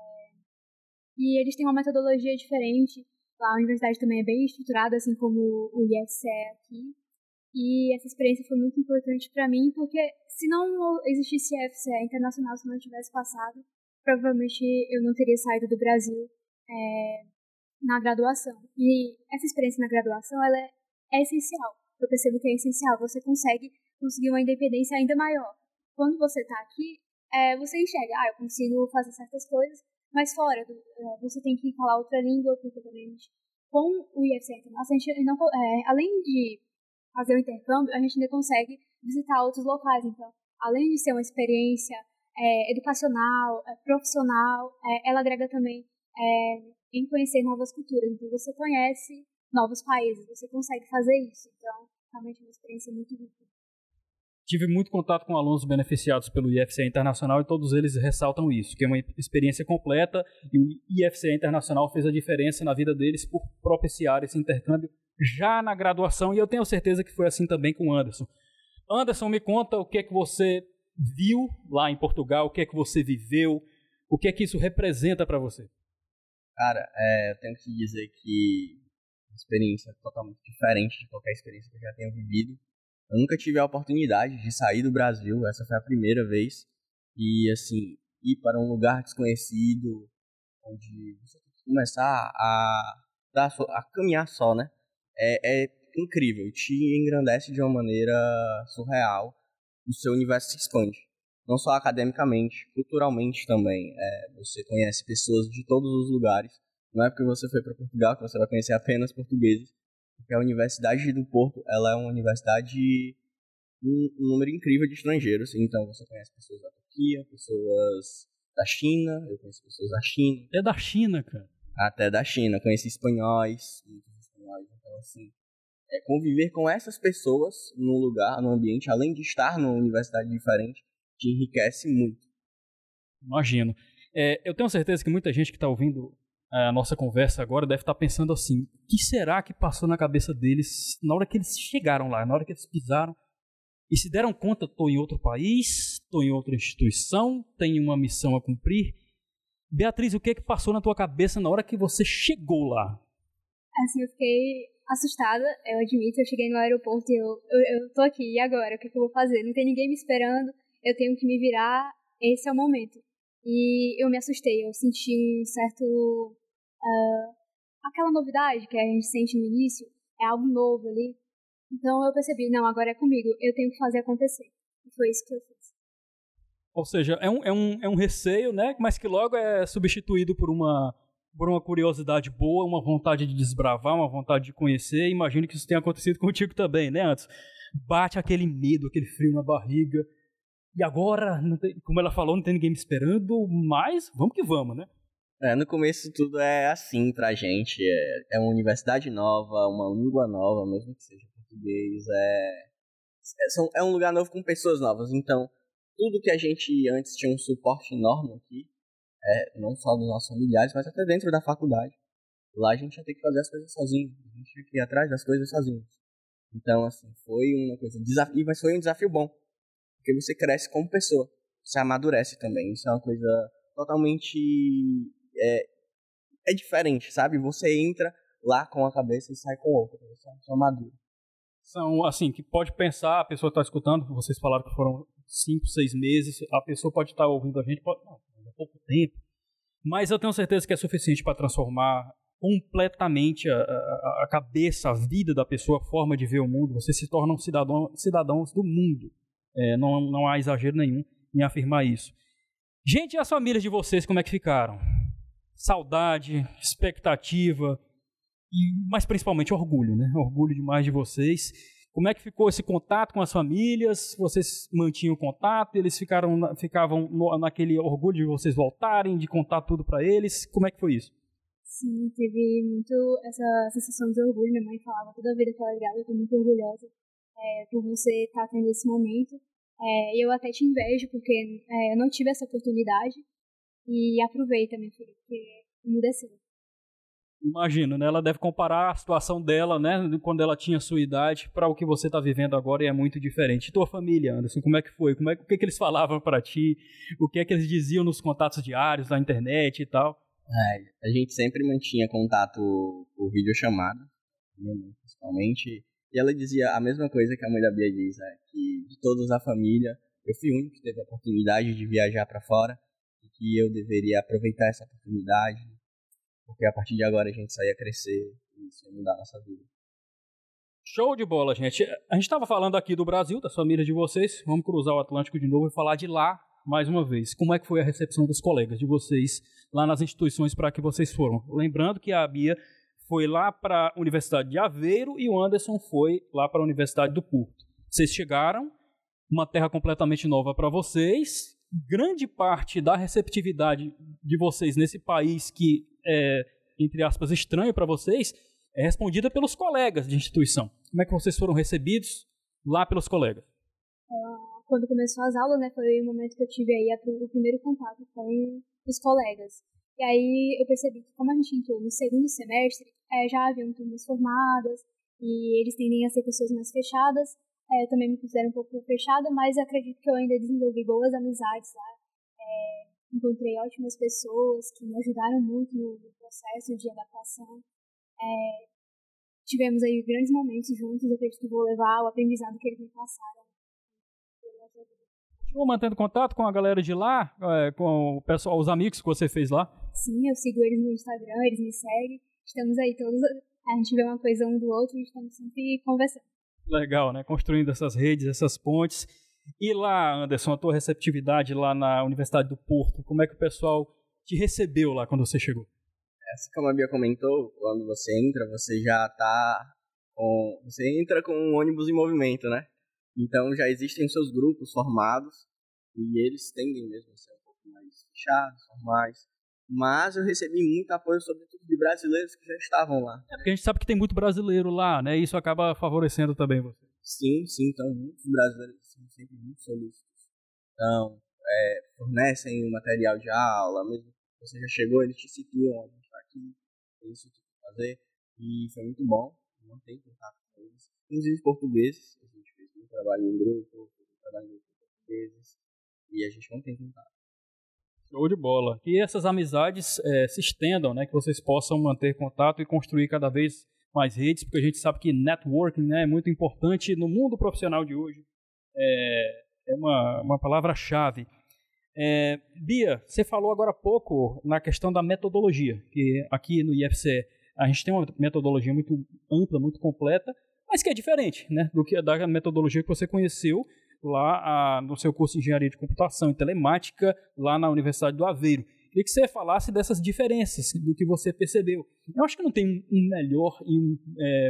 Speaker 13: e eles têm uma metodologia diferente. Lá a universidade também é bem estruturada, assim como o IFCE aqui. E essa experiência foi muito importante para mim, porque se não existisse IFCE internacional, se não tivesse passado, provavelmente eu não teria saído do Brasil na graduação. E essa experiência na graduação, ela é essencial. Eu percebo que é essencial. Você conseguir uma independência ainda maior. Quando você está aqui, você enxerga, eu consigo fazer certas coisas, mas fora, você tem que falar outra língua, porque também com o IFCE internacional, além de fazer o intercâmbio, a gente ainda consegue visitar outros locais. Então, além de ser uma experiência educacional, profissional, ela agrega também em conhecer novas culturas. Então, você conhece novos países, você consegue fazer isso. Então, realmente é uma experiência muito rica.
Speaker 12: Tive muito contato com alunos beneficiados pelo IFCE Internacional e todos eles ressaltam isso, que é uma experiência completa e o IFCE Internacional fez a diferença na vida deles por propiciar esse intercâmbio já na graduação, e eu tenho certeza que foi assim também com o Anderson. Anderson, me conta o que é que você viu lá em Portugal, o que é que você viveu, o que é que isso representa para você?
Speaker 14: Cara, eu tenho que te dizer que a experiência é totalmente diferente de qualquer experiência que eu já tenha vivido. Eu nunca tive a oportunidade de sair do Brasil, essa foi a primeira vez. E, assim, ir para um lugar desconhecido, onde você tem que começar a caminhar só, né? É incrível, te engrandece de uma maneira surreal. O seu universo se expande, não só academicamente, culturalmente também. Você conhece pessoas de todos os lugares. Não é porque você foi para Portugal que você vai conhecer apenas portugueses. Porque a Universidade do Porto, ela é uma universidade um número incrível de estrangeiros. Então, você conhece pessoas da Turquia, pessoas da China, eu conheço pessoas da China.
Speaker 12: É da China, cara?
Speaker 14: Até da China, conheci espanhóis, muitos espanhóis. Então, assim, conviver com essas pessoas num lugar, num ambiente, além de estar numa universidade diferente, te enriquece muito.
Speaker 12: Imagino. Eu tenho certeza que muita gente que está ouvindo a nossa conversa agora deve estar pensando assim, o que será que passou na cabeça deles na hora que eles chegaram lá, na hora que eles pisaram e se deram conta, estou em outro país, estou em outra instituição, tenho uma missão a cumprir. Beatriz, o que é que passou na tua cabeça na hora que você chegou lá?
Speaker 13: Assim, eu fiquei assustada, eu admito, eu cheguei no aeroporto e eu tô aqui, e agora? O que eu vou fazer? Não tem ninguém me esperando, eu tenho que me virar, esse é o momento. E eu me assustei, eu senti um certo... aquela novidade que a gente sente no início, é algo novo ali. Então eu percebi, não, agora é comigo, eu tenho que fazer acontecer. E foi isso que eu fiz.
Speaker 12: Ou seja, é um receio, né? Mas que logo é substituído por uma curiosidade boa, uma vontade de desbravar, uma vontade de conhecer. Imagino que isso tenha acontecido contigo também, né, Anderson? Bate aquele medo, aquele frio na barriga. E agora, não tem, como ela falou, não tem ninguém me esperando, mas vamos que vamos, né?
Speaker 14: No começo tudo é assim pra gente, é uma universidade nova, uma língua nova, mesmo que seja português, é um lugar novo com pessoas novas, então tudo que a gente antes tinha um suporte enorme aqui, não só dos nossos familiares, mas até dentro da faculdade, lá a gente ia ter que fazer as coisas sozinho, a gente tinha que ir atrás das coisas sozinho. Então, assim, foi uma coisa, desafio, mas foi um desafio bom, porque você cresce como pessoa, você amadurece também, isso é uma coisa totalmente... É diferente, sabe? Você entra lá com a cabeça e sai com outra. Você é maduro.
Speaker 12: São, assim, que pode pensar, a pessoa está escutando, vocês falaram que foram 5, 6 meses, a pessoa pode estar ouvindo a gente, é pouco tempo, mas eu tenho certeza que é suficiente para transformar completamente a cabeça, a vida da pessoa, a forma de ver o mundo. Você se torna cidadãos do mundo. Não há exagero nenhum em afirmar isso. Gente, e as famílias de vocês, como é que ficaram? Saudade, expectativa, mas principalmente orgulho, né? Orgulho demais de vocês. Como é que ficou esse contato com as famílias? Vocês mantinham contato? Eles ficavam naquele orgulho de vocês voltarem, de contar tudo para eles? Como é que foi isso?
Speaker 13: Sim, teve muito essa sensação de orgulho. Minha mãe falava toda a vida que ela era grávida, eu estou muito orgulhosa por você estar tendo esse momento. E eu até te invejo, porque eu não tive essa oportunidade. E aproveita, minha filha, porque emudeceu.
Speaker 12: Imagino, né? Ela deve comparar a situação dela, né, quando ela tinha sua idade, para o que você está vivendo agora, e é muito diferente. E tua família, Anderson, como é que foi? O que eles falavam para ti? O que é que eles diziam nos contatos diários, na internet e tal?
Speaker 14: A gente sempre mantinha contato por videochamada, principalmente. E ela dizia a mesma coisa que a mãe da Bia diz, que de toda a família, eu fui o único que teve a oportunidade de viajar para fora, e que eu deveria aproveitar essa oportunidade, porque a partir de agora a gente só ia crescer e isso ia mudar a nossa vida.
Speaker 12: Show de bola, gente. A gente estava falando aqui do Brasil, das famílias de vocês. Vamos cruzar o Atlântico de novo e falar de lá mais uma vez. Como é que foi a recepção dos colegas de vocês lá nas instituições para que vocês foram? Lembrando que a Bia foi lá para a Universidade de Aveiro e o Anderson foi lá para a Universidade do Porto. Vocês chegaram, uma terra completamente nova para vocês, grande parte da receptividade de vocês nesse país que é, entre aspas, estranho para vocês, é respondida pelos colegas de instituição. Como é que vocês foram recebidos lá pelos colegas?
Speaker 13: Quando começou as aulas, né, foi o momento que eu tive aí o primeiro contato com os colegas. E aí eu percebi que como a gente entrou no segundo semestre, já haviam turmas formadas e eles tendem a ser pessoas mais fechadas. Eu também me considero um pouco fechada, mas acredito que eu ainda desenvolvi boas amizades lá. Encontrei ótimas pessoas que me ajudaram muito no processo de adaptação. Tivemos aí grandes momentos juntos, eu acredito que vou levar o aprendizado que eles me passaram.
Speaker 12: Continua mantendo contato com a galera de lá, com o pessoal, os amigos que você fez lá?
Speaker 13: Sim, eu sigo eles no Instagram, eles me seguem. Estamos aí todos, a gente vê uma coisa um do outro e estamos sempre conversando.
Speaker 12: Legal, né? Construindo essas redes, essas pontes. E lá, Anderson, a tua receptividade lá na Universidade do Porto, como é que o pessoal te recebeu lá quando você chegou?
Speaker 14: Assim como a Bia comentou, quando você entra, você já você entra com um ônibus em movimento, né? Então já existem seus grupos formados e eles tendem mesmo a ser um pouco mais fechados, formais. Mas eu recebi muito apoio, sobretudo de brasileiros que já estavam lá.
Speaker 12: Porque a gente sabe que tem muito brasileiro lá, né? E isso acaba favorecendo também você.
Speaker 14: Sim, então muitos brasileiros são sempre muito solícitos. Então, fornecem o material de aula, mesmo que você já chegou, eles te situam, a gente está aqui, tem isso que fazer. E foi muito bom, manter contato com eles. Inclusive portugueses, a gente fez um trabalho em grupo, trabalho em grupo com portugueses, e a gente mantém contato.
Speaker 12: Show de bola. Que essas amizades se estendam, né? Que vocês possam manter contato e construir cada vez mais redes, porque a gente sabe que networking, né, é muito importante no mundo profissional de hoje. É uma palavra-chave. Bia, você falou agora há pouco na questão da metodologia, que aqui no IFCE a gente tem uma metodologia muito ampla, muito completa, mas que é diferente, né, do que da metodologia que você conheceu lá no seu curso de Engenharia de Computação e Telemática, lá na Universidade do Aveiro. Queria que você falasse dessas diferenças, do que você percebeu. Eu acho que não tem um melhor e um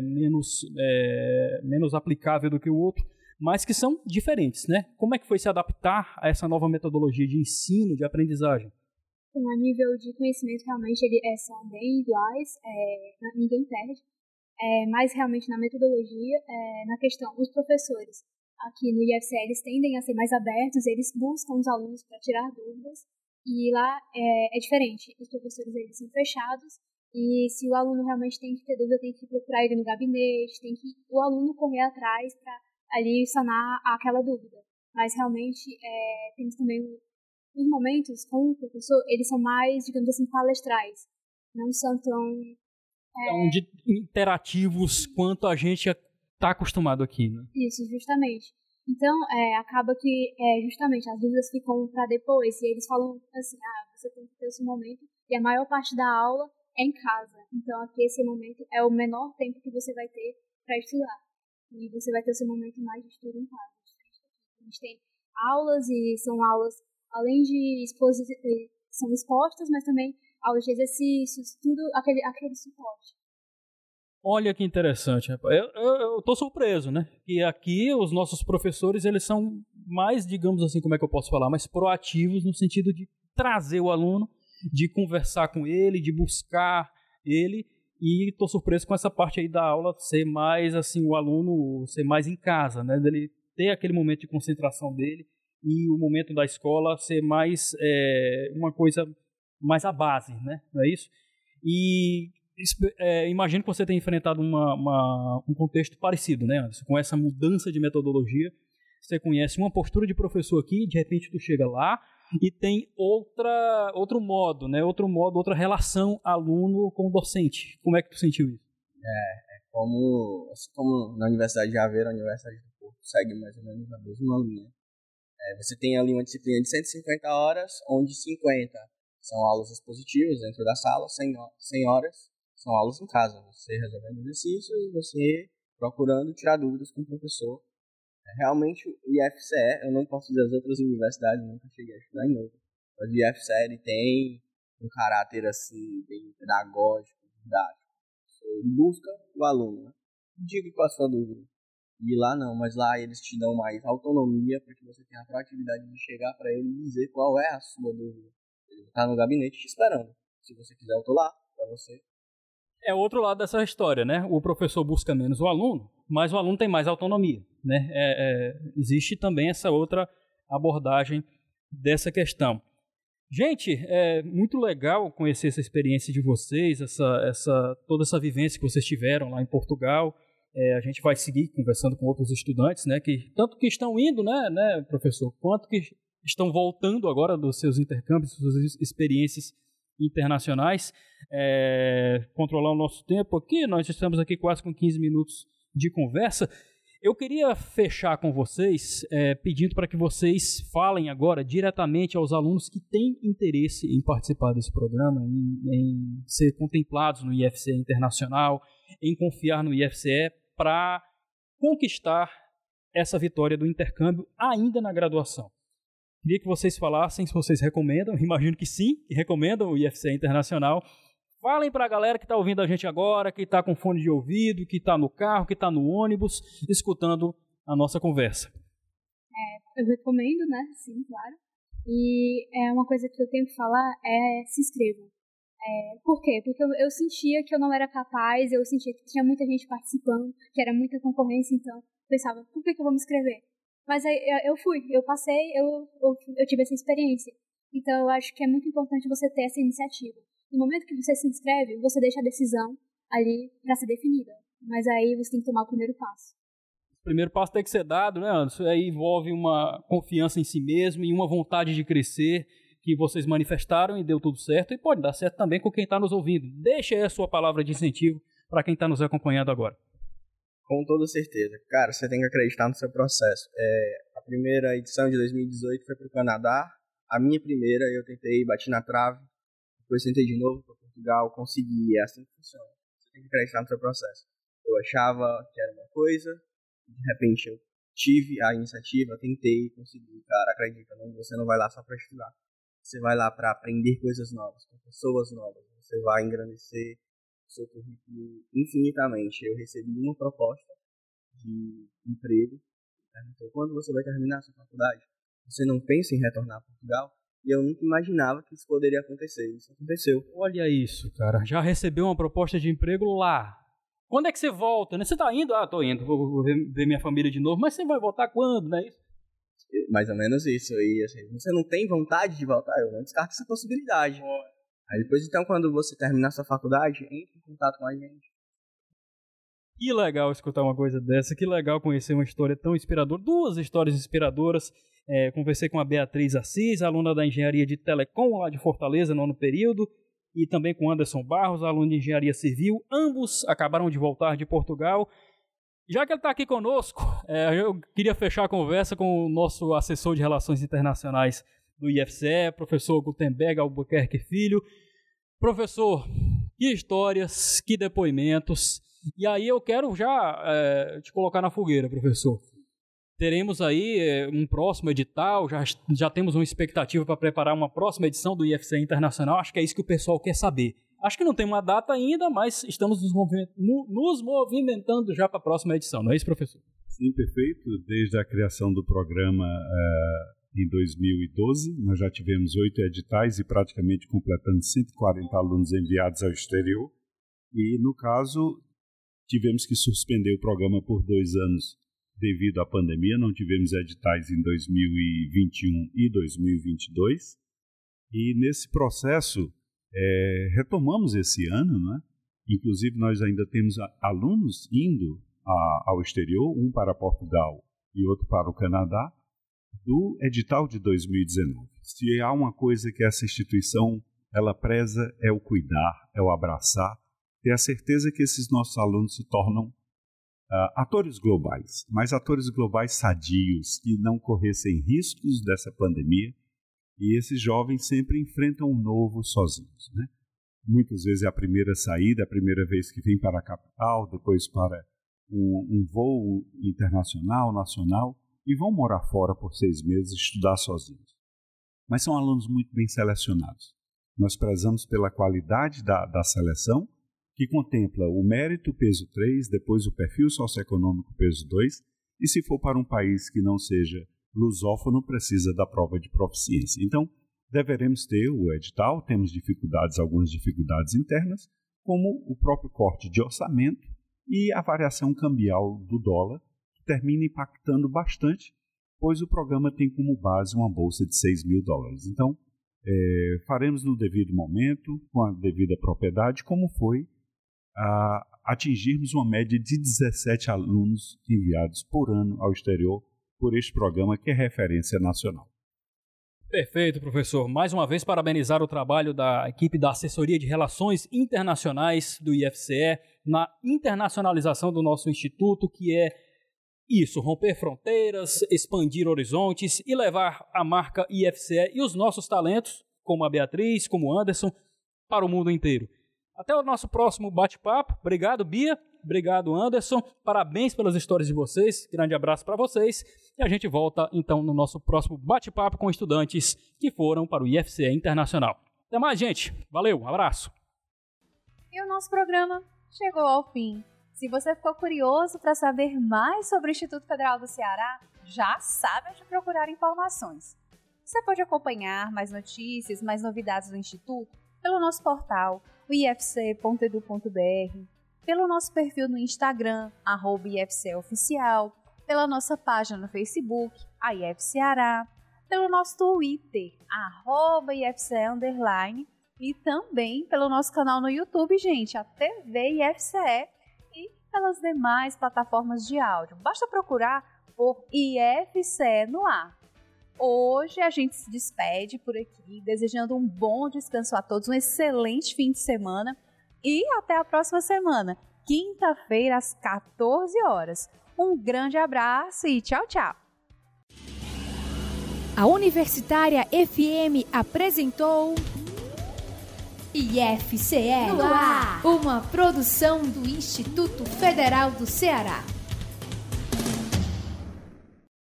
Speaker 12: menos aplicável do que o outro, mas que são diferentes, né? Como é que foi se adaptar a essa nova metodologia de ensino, de aprendizagem?
Speaker 13: A nível de conhecimento, realmente, são bem iguais, ninguém perde. Mas, realmente, na metodologia, na questão, os professores aqui no IFCE, eles tendem a ser mais abertos, eles buscam os alunos para tirar dúvidas, e lá é diferente. Os professores, eles são fechados, e se o aluno realmente tem que ter dúvida, tem que procurar ele no gabinete, tem que o aluno correr atrás para ali sanar aquela dúvida. Mas, realmente, temos também os momentos com o professor, eles são mais, digamos assim, palestrais. Não são tão
Speaker 12: interativos quanto a gente está acostumado aqui, né?
Speaker 13: Isso, justamente. Então, acaba que, justamente, as dúvidas ficam para depois, e eles falam assim, você tem que ter esse momento, e a maior parte da aula é em casa. Então, aqui esse momento é o menor tempo que você vai ter para estudar. E você vai ter o seu momento mais de estudo em casa. A gente tem aulas, e são aulas, além de são expostas, mas também aulas de exercícios, tudo aquele suporte.
Speaker 12: Olha que interessante, rapaz. Eu tô surpreso, né? Que aqui os nossos professores, eles são mais, digamos assim, como é que eu posso falar, mais proativos no sentido de trazer o aluno, de conversar com ele, de buscar ele, e tô surpreso com essa parte aí da aula ser mais, assim, o aluno ser mais em casa, né? Dele ter aquele momento de concentração dele e o momento da escola ser mais uma coisa mais à base, né? Não é isso? E imagino que você tenha enfrentado um contexto parecido, né, Anderson? Com essa mudança de metodologia, você conhece uma postura de professor aqui, de repente tu chega lá e tem outro modo, né? Outra relação aluno com docente. Como é que tu sentiu isso?
Speaker 14: Assim como na Universidade de Aveiro, a Universidade do Porto segue mais ou menos a mesma linha. Você tem ali uma disciplina de 150 horas, onde 50 são aulas expositivas dentro da sala, 100 horas são aulas em casa, você resolvendo exercícios e você procurando tirar dúvidas com o professor. Realmente o IFCE, eu não posso dizer as outras universidades, nunca cheguei a estudar em outra, mas o IFCE ele tem um caráter assim, bem pedagógico, didático. busca o aluno, né? Diga qual é a sua dúvida. E lá não, mas lá eles te dão mais autonomia para que você tenha a proatividade de chegar para ele e dizer qual é a sua dúvida. Ele está no gabinete te esperando. Se você quiser, eu estou lá para você.
Speaker 12: É outro lado dessa história, né? O professor busca menos o aluno, mas o aluno tem mais autonomia, né? Existe também essa outra abordagem dessa questão. Gente, é muito legal conhecer essa experiência de vocês, toda essa vivência que vocês tiveram lá em Portugal. A gente vai seguir conversando com outros estudantes, né? Tanto que estão indo, né, professor, quanto que estão voltando agora dos seus intercâmbios, suas experiências internacionais. Controlar o nosso tempo aqui, nós estamos aqui quase com 15 minutos de conversa. Eu queria fechar com vocês pedindo para que vocês falem agora diretamente aos alunos que têm interesse em participar desse programa, em ser contemplados no IFCE Internacional, em confiar no IFCE para conquistar essa vitória do intercâmbio ainda na graduação. Queria que vocês falassem se vocês recomendam, imagino que sim, que recomendam o IFCE Internacional. Falem para a galera que está ouvindo a gente agora, que está com fone de ouvido, que está no carro, que está no ônibus, escutando a nossa conversa.
Speaker 13: Eu recomendo, né? Sim, claro. E uma coisa que eu tenho que falar se inscrevam. Por quê? Porque eu sentia que eu não era capaz, eu sentia que tinha muita gente participando, que era muita concorrência, então eu pensava, por que eu vou me inscrever? Mas aí eu fui, eu passei, eu tive essa experiência. Então eu acho que é muito importante você ter essa iniciativa. No momento que você se inscreve, você deixa a decisão ali para ser definida. Mas aí você tem que tomar o primeiro passo.
Speaker 12: O primeiro passo tem que ser dado, né, Anderson? Aí envolve uma confiança em si mesmo e uma vontade de crescer que vocês manifestaram e deu tudo certo. E pode dar certo também com quem está nos ouvindo. Deixa aí a sua palavra de incentivo para quem está nos acompanhando agora.
Speaker 14: Com toda certeza. Cara, você tem que acreditar no seu processo. A primeira edição de 2018 foi para o Canadá. A minha primeira, eu tentei, bati na trave. Depois tentei de novo para Portugal, consegui. É assim que funciona. Você tem que acreditar no seu processo. Eu achava que era uma coisa, de repente eu tive a iniciativa, tentei, consegui. Cara, acredita, você não vai lá só para estudar. Você vai lá para aprender coisas novas, com pessoas novas. Você vai engrandecer o seu currículo infinitamente. Eu recebi uma proposta de emprego. Então, quando você vai terminar a sua faculdade, você não pensa em retornar a Portugal? E eu nunca imaginava que isso poderia acontecer. Isso aconteceu.
Speaker 12: Olha isso, cara. Já recebeu uma proposta de emprego lá. Quando é que você volta, né? Você tá indo? Tô indo. Vou ver minha família de novo. Mas você vai voltar quando, né?
Speaker 14: Mais ou menos isso. E assim, você não tem vontade de voltar? Eu não descarto essa possibilidade. Aí depois, então, quando você terminar sua faculdade, entre em contato com a gente.
Speaker 12: Que legal escutar uma coisa dessa. Que legal conhecer uma história tão inspiradora. Duas histórias inspiradoras. Conversei com a Beatriz Assis, aluna da Engenharia de Telecom, lá de Fortaleza, no nono período, e também com Anderson Barros, aluno de Engenharia Civil. Ambos acabaram de voltar de Portugal. Já que ele está aqui conosco, eu queria fechar a conversa com o nosso assessor de Relações Internacionais do IFCE, professor Gutenberg Albuquerque Filho. Professor, que histórias, que depoimentos. E aí eu quero já te colocar na fogueira, professor. Teremos aí um próximo edital, já temos uma expectativa para preparar uma próxima edição do IFCE Internacional. Acho que é isso que o pessoal quer saber. Acho que não tem uma data ainda, mas estamos nos movimentando já para a próxima edição. Não é isso, professor?
Speaker 9: Sim, perfeito. Desde a criação do programa em 2012, nós já tivemos 8 editais e praticamente completando 140 alunos enviados ao exterior. E, no caso, tivemos que suspender o programa por 2 anos devido à pandemia. Não tivemos editais em 2021 e 2022. E, nesse processo, retomamos esse ano, né? Inclusive nós ainda temos alunos indo ao exterior, um para Portugal e outro para o Canadá, do edital de 2019. Se há uma coisa que essa instituição ela preza é o cuidar, é o abraçar, ter a certeza que esses nossos alunos se tornam atores globais, mas atores globais sadios, que não corressem riscos dessa pandemia. E esses jovens sempre enfrentam um novo sozinhos, né? Muitas vezes é a primeira saída, a primeira vez que vem para a capital, depois para um voo internacional, nacional, e vão morar fora por 6 meses e estudar sozinhos. Mas são alunos muito bem selecionados. Nós prezamos pela qualidade da seleção,
Speaker 15: que contempla o mérito peso 3, depois o perfil socioeconômico peso 2, e se for para um país que não seja lusófono, precisa da prova de proficiência. Então, deveremos ter o edital, temos algumas dificuldades internas, como o próprio corte de orçamento e a variação cambial do dólar, que termina impactando bastante, pois o programa tem como base uma bolsa de $6.000. Então, faremos no devido momento, com a devida propriedade, como foi atingirmos uma média de 17 alunos enviados por ano ao exterior por este programa, que é referência nacional.
Speaker 12: Perfeito, professor. Mais uma vez, parabenizar o trabalho da equipe da Assessoria de Relações Internacionais do IFCE na internacionalização do nosso instituto, que é isso, romper fronteiras, expandir horizontes e levar a marca IFCE e os nossos talentos, como a Beatriz, como o Anderson, para o mundo inteiro. Até o nosso próximo bate-papo. Obrigado, Bia. Obrigado, Anderson. Parabéns pelas histórias de vocês. Grande abraço para vocês. E a gente volta, então, no nosso próximo bate-papo com estudantes que foram para o IFCE Internacional. Até mais, gente. Valeu, um abraço.
Speaker 2: E o nosso programa chegou ao fim. Se você ficou curioso para saber mais sobre o Instituto Federal do Ceará, já sabe onde procurar informações. Você pode acompanhar mais notícias, mais novidades do Instituto pelo nosso portal, o ifce.edu.br, pelo nosso perfil no Instagram, @IFCEoficial, pela nossa página no Facebook, a IFCeará, pelo nosso Twitter, @IFCE_, e também pelo nosso canal no YouTube, gente, a TV IFCE, e pelas demais plataformas de áudio. Basta procurar por IFCE no ar. Hoje a gente se despede por aqui, desejando um bom descanso a todos, um excelente fim de semana e até a próxima semana, quinta-feira às 14 horas. Um grande abraço e tchau, tchau!
Speaker 1: A Universitária FM apresentou IFCE no ar, uma produção do Instituto Federal do Ceará.